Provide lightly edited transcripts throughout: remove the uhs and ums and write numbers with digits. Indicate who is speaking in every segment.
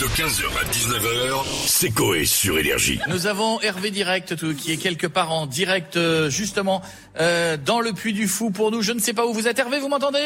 Speaker 1: De 15h à 19h, c'est Coé sur Énergie.
Speaker 2: Nous avons Hervé Direct qui est quelque part en direct justement dans le Puy du Fou pour nous. Je ne sais pas où vous êtes. Hervé, vous m'entendez?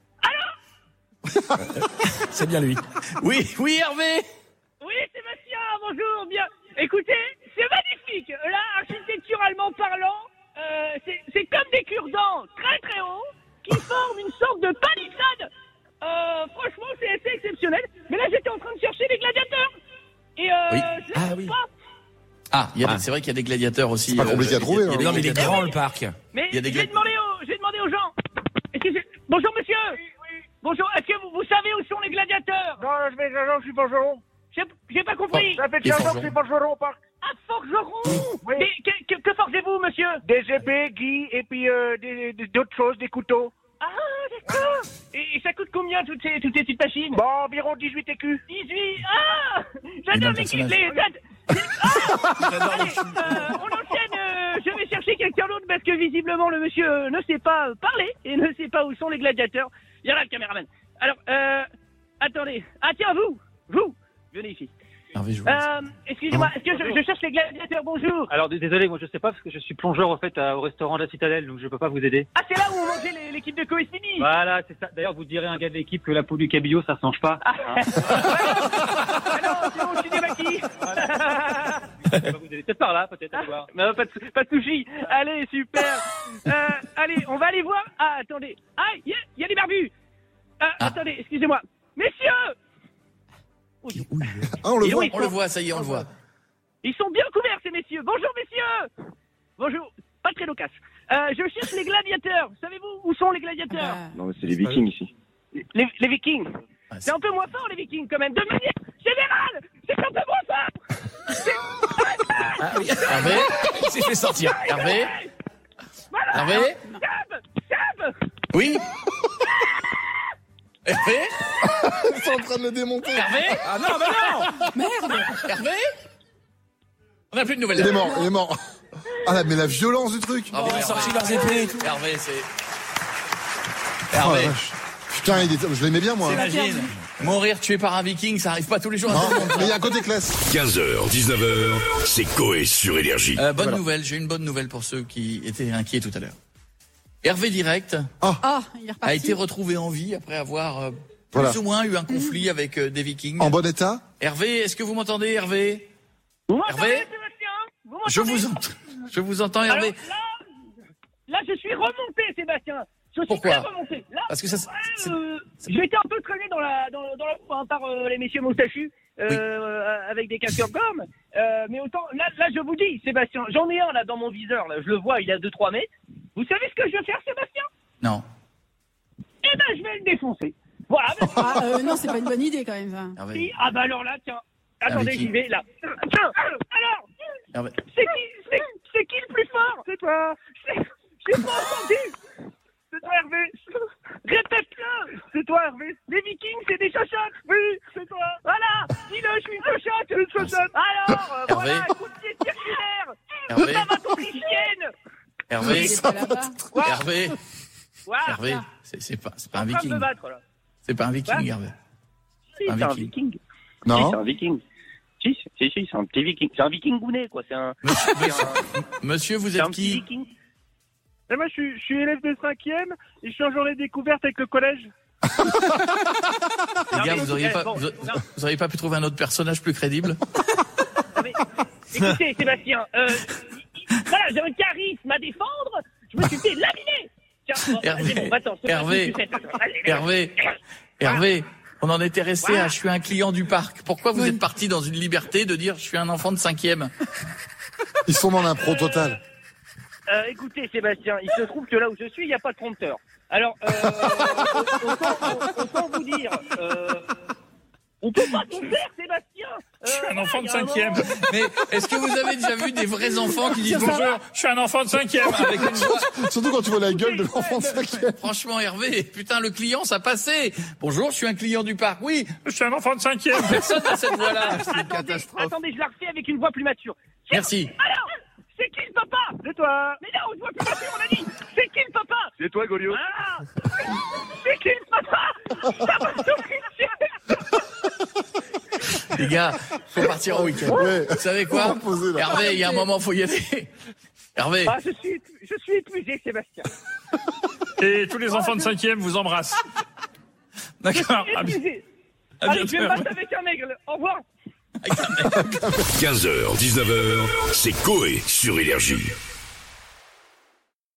Speaker 3: C'est bien lui.
Speaker 2: Oui, Hervé.
Speaker 4: Oui, Sébastien, bonjour, bien. Écoutez, c'est magnifique. Là, architecturalement parlant, c'est comme des cure-dents très très hauts qui forment une sorte de palissade. Franchement, c'est assez exceptionnel. Mais là, j'étais en train de chercher des gladiateurs. Et je ne sais pas.
Speaker 2: C'est vrai qu'il y a des gladiateurs aussi.
Speaker 5: C'est pas compliqué à trouver.
Speaker 3: Non, mais il est grand le parc.
Speaker 4: Mais
Speaker 2: Il y a des
Speaker 4: j'ai demandé aux gens. Bonjour, monsieur. Oui. Bonjour, est-ce que vous savez où sont les gladiateurs?
Speaker 6: Non, je suis forgeron.
Speaker 4: J'ai pas compris.
Speaker 6: Ça fait 15 ans que je suis forgeron au parc.
Speaker 4: Ah, forgeron.
Speaker 6: Oui.
Speaker 4: Mais que forgez-vous, monsieur?
Speaker 6: Des épées, guis, et puis d'autres choses, des couteaux.
Speaker 4: Ah, d'accord. Et ça coûte combien toutes ces petites machines?
Speaker 6: Bon, environ 18 écus.
Speaker 4: 18. Ah, j'adore les
Speaker 2: personnage.
Speaker 4: Allez, on enchaîne. Je vais chercher quelqu'un d'autre parce que visiblement le monsieur ne sait pas parler et ne sait pas où sont les gladiateurs. Il y a là le caméraman. Alors, attendez. Ah tiens, vous, venez ici.
Speaker 2: Hervé, je
Speaker 4: Excusez-moi, est-ce que je cherche les gladiateurs? Bonjour.
Speaker 7: Alors désolé, moi je sais pas parce que je suis plongeur en fait au restaurant de la Citadelle, donc je peux pas vous aider.
Speaker 4: Ah, c'est là où on mangeait l'équipe de Coestini.
Speaker 7: Voilà, c'est ça. D'ailleurs, vous direz à un gars de l'équipe que la peau du cabillaud, ça change pas.
Speaker 4: Alors, c'est au cinéma qui?
Speaker 7: Je peux pas vous aider. Peut-être par là, peut-être. Allez voir.
Speaker 4: Non, pas de soucis. Allez, super. Allez, on va aller voir. Ah, attendez. Ah, il y a des barbus. Attendez, excusez-moi. Messieurs.
Speaker 5: Ah, on le voit.
Speaker 2: On le voit, ça y est, on le voit.
Speaker 4: Ils sont bien couverts, ces messieurs. Bonjour, messieurs. Bonjour. Pas très loquace. Je cherche les gladiateurs. Savez-vous où sont les gladiateurs?
Speaker 8: Non, mais c'est les Vikings ici.
Speaker 4: Les Vikings.
Speaker 2: Ah,
Speaker 4: C'est un peu moins fort, les Vikings, quand même. De manière générale, c'est un peu moins fort.
Speaker 2: Hervé,
Speaker 3: Il s'est fait sortir.
Speaker 2: Hervé,
Speaker 4: Voilà.
Speaker 2: Hervé.
Speaker 4: Seb.
Speaker 2: Oui. Hervé,
Speaker 5: Ils sont en train de le démonter.
Speaker 2: Hervé,
Speaker 3: Ah non, bah non.
Speaker 2: Hervé. On n'a plus de nouvelles.
Speaker 5: Il est mort. Ah, mais la violence du truc.
Speaker 2: Bravo,
Speaker 3: Ils ont
Speaker 2: Hervé.
Speaker 3: sorti leurs épées et tout.
Speaker 2: Hervé, c'est.
Speaker 5: Oh, la
Speaker 2: Hervé,
Speaker 5: vache. Putain, je l'aimais bien, moi.
Speaker 2: t'imagines mourir tué par un viking, ça arrive pas tous les jours.
Speaker 5: Non, mais il y a un côté classe.
Speaker 1: 15h, 19h, c'est Coé sur Énergie.
Speaker 2: Bonne nouvelle, j'ai une bonne nouvelle pour ceux qui étaient inquiets tout à l'heure. Hervé Direct
Speaker 9: Il est reparti.
Speaker 2: a été retrouvé en vie après avoir
Speaker 5: Voilà.
Speaker 2: plus ou moins eu un conflit avec des vikings.
Speaker 5: En bon état.
Speaker 2: Hervé, est-ce que vous m'entendez, Hervé?
Speaker 4: Vous m'entendez,
Speaker 2: Hervé,
Speaker 4: Sébastien? Vous
Speaker 2: je
Speaker 4: m'entendez?
Speaker 2: je vous entends, Hervé.
Speaker 4: Alors, là, je suis remonté, Sébastien. Je suis
Speaker 2: Pourquoi?
Speaker 4: très remonté. Là,
Speaker 2: Parce que ça,
Speaker 4: j'ai été un peu traîné dans la par les messieurs moustachus avec des casqueurs gomme. Mais autant, là, je vous dis, Sébastien, j'en ai un là dans mon viseur. Là, je le vois, il a 2-3 mètres. Vous savez ce que je vais faire, Sébastien?
Speaker 2: non.
Speaker 4: Eh ben, je vais le défoncer. Voilà.
Speaker 9: Non, c'est pas une bonne idée quand même. Ça.
Speaker 2: Hervé,
Speaker 4: Ah bah alors là, tiens. Attendez,
Speaker 2: Avec qui?
Speaker 4: j'y vais là. Tiens, alors,
Speaker 2: Hervé.
Speaker 4: c'est qui le plus fort? C'est toi. J'ai pas entendu. C'est toi, Hervé. Répète-le. C'est toi, Hervé. Les Vikings, c'est des chochottes. Oui, c'est toi. Voilà. Dis-le, je suis une chochotte. Une chochotte. Alors,
Speaker 2: Hervé.
Speaker 4: voilà, coup de pied circulaire.
Speaker 2: Hervé.
Speaker 4: Ça va ton chienne.
Speaker 2: Hervé,
Speaker 9: Il est pas là-bas.
Speaker 2: Hervé,
Speaker 4: Voilà.
Speaker 2: Hervé, c'est pas un
Speaker 4: En train de
Speaker 2: viking.
Speaker 4: me battre, là.
Speaker 2: C'est pas un viking,
Speaker 4: Ouais.
Speaker 2: Hervé.
Speaker 4: Si,
Speaker 2: Un
Speaker 4: c'est un
Speaker 2: viking.
Speaker 4: Viking. Si,
Speaker 5: Non.
Speaker 4: c'est un Viking. Si, c'est un petit Viking. C'est un Viking gounet, quoi. C'est un.
Speaker 2: Monsieur, vous
Speaker 4: C'est un
Speaker 2: êtes
Speaker 4: petit
Speaker 2: qui?
Speaker 4: Viking.
Speaker 6: Et moi, je suis élève de 5e et je suis en journée découverte avec le collège.
Speaker 2: Les gars,
Speaker 4: mais
Speaker 2: vous auriez
Speaker 4: écoutez,
Speaker 2: pas,
Speaker 4: bon,
Speaker 2: vous auriez pas pu trouver un autre personnage plus crédible?
Speaker 4: Non, mais, écoutez, Sébastien, voilà, j'ai un charisme à défendre. Je me suis fait laminer. Tiens,
Speaker 2: Hervé,
Speaker 4: bon, attends, c'est pas
Speaker 2: Hervé,
Speaker 4: ce que tu fais.
Speaker 2: Hervé, on en était resté à je suis un client du parc. Pourquoi vous êtes parti dans une liberté de dire je suis un enfant de 5e?
Speaker 5: Ils sont dans l'impro total.
Speaker 4: Écoutez, Sébastien, il se trouve que là où je suis, il n'y a pas de prompteur. Alors, autant vous dire, on peut pas tout faire, Sébastien.
Speaker 3: Je suis un enfant de
Speaker 4: il y a un
Speaker 3: 5e.
Speaker 4: moment-
Speaker 2: Mais est-ce que vous avez déjà vu des vrais enfants qui disent bonjour?
Speaker 3: Je suis un enfant de 5e.
Speaker 2: Avec une voix.
Speaker 5: Surtout quand tu vois la gueule de l'enfant de 5e.
Speaker 2: Franchement, Hervé, putain, le client, ça passait. Bonjour, je suis un client du parc. Oui,
Speaker 3: Je suis un enfant de 5e.
Speaker 2: personne n'a cette voix-là.
Speaker 4: Attendez, je la refais avec une voix plus mature. Tiens,
Speaker 2: Merci.
Speaker 4: Alors, c'est qui le papa?
Speaker 6: C'est toi.
Speaker 4: Mais non, une voix plus mature, on a dit. C'est qui le papa?
Speaker 8: C'est toi, Goliot.
Speaker 4: Ah, c'est qui le papa? Ça va s'offrir.
Speaker 2: Les gars, faut partir au week-end.
Speaker 5: Ouais.
Speaker 2: Vous savez
Speaker 5: Faut
Speaker 2: quoi
Speaker 5: reposer, là.
Speaker 2: Hervé, il y a un moment, faut y aller. Hervé.
Speaker 4: Ah, je suis épuisé, Sébastien.
Speaker 3: Et tous les enfants de 5e vous embrassent. D'accord.
Speaker 4: Épuisé.
Speaker 3: À
Speaker 4: Allez, je vais me
Speaker 3: bientôt.
Speaker 4: battre avec un aigle. Au revoir.
Speaker 1: 15h, 19h, c'est Coé sur Énergie.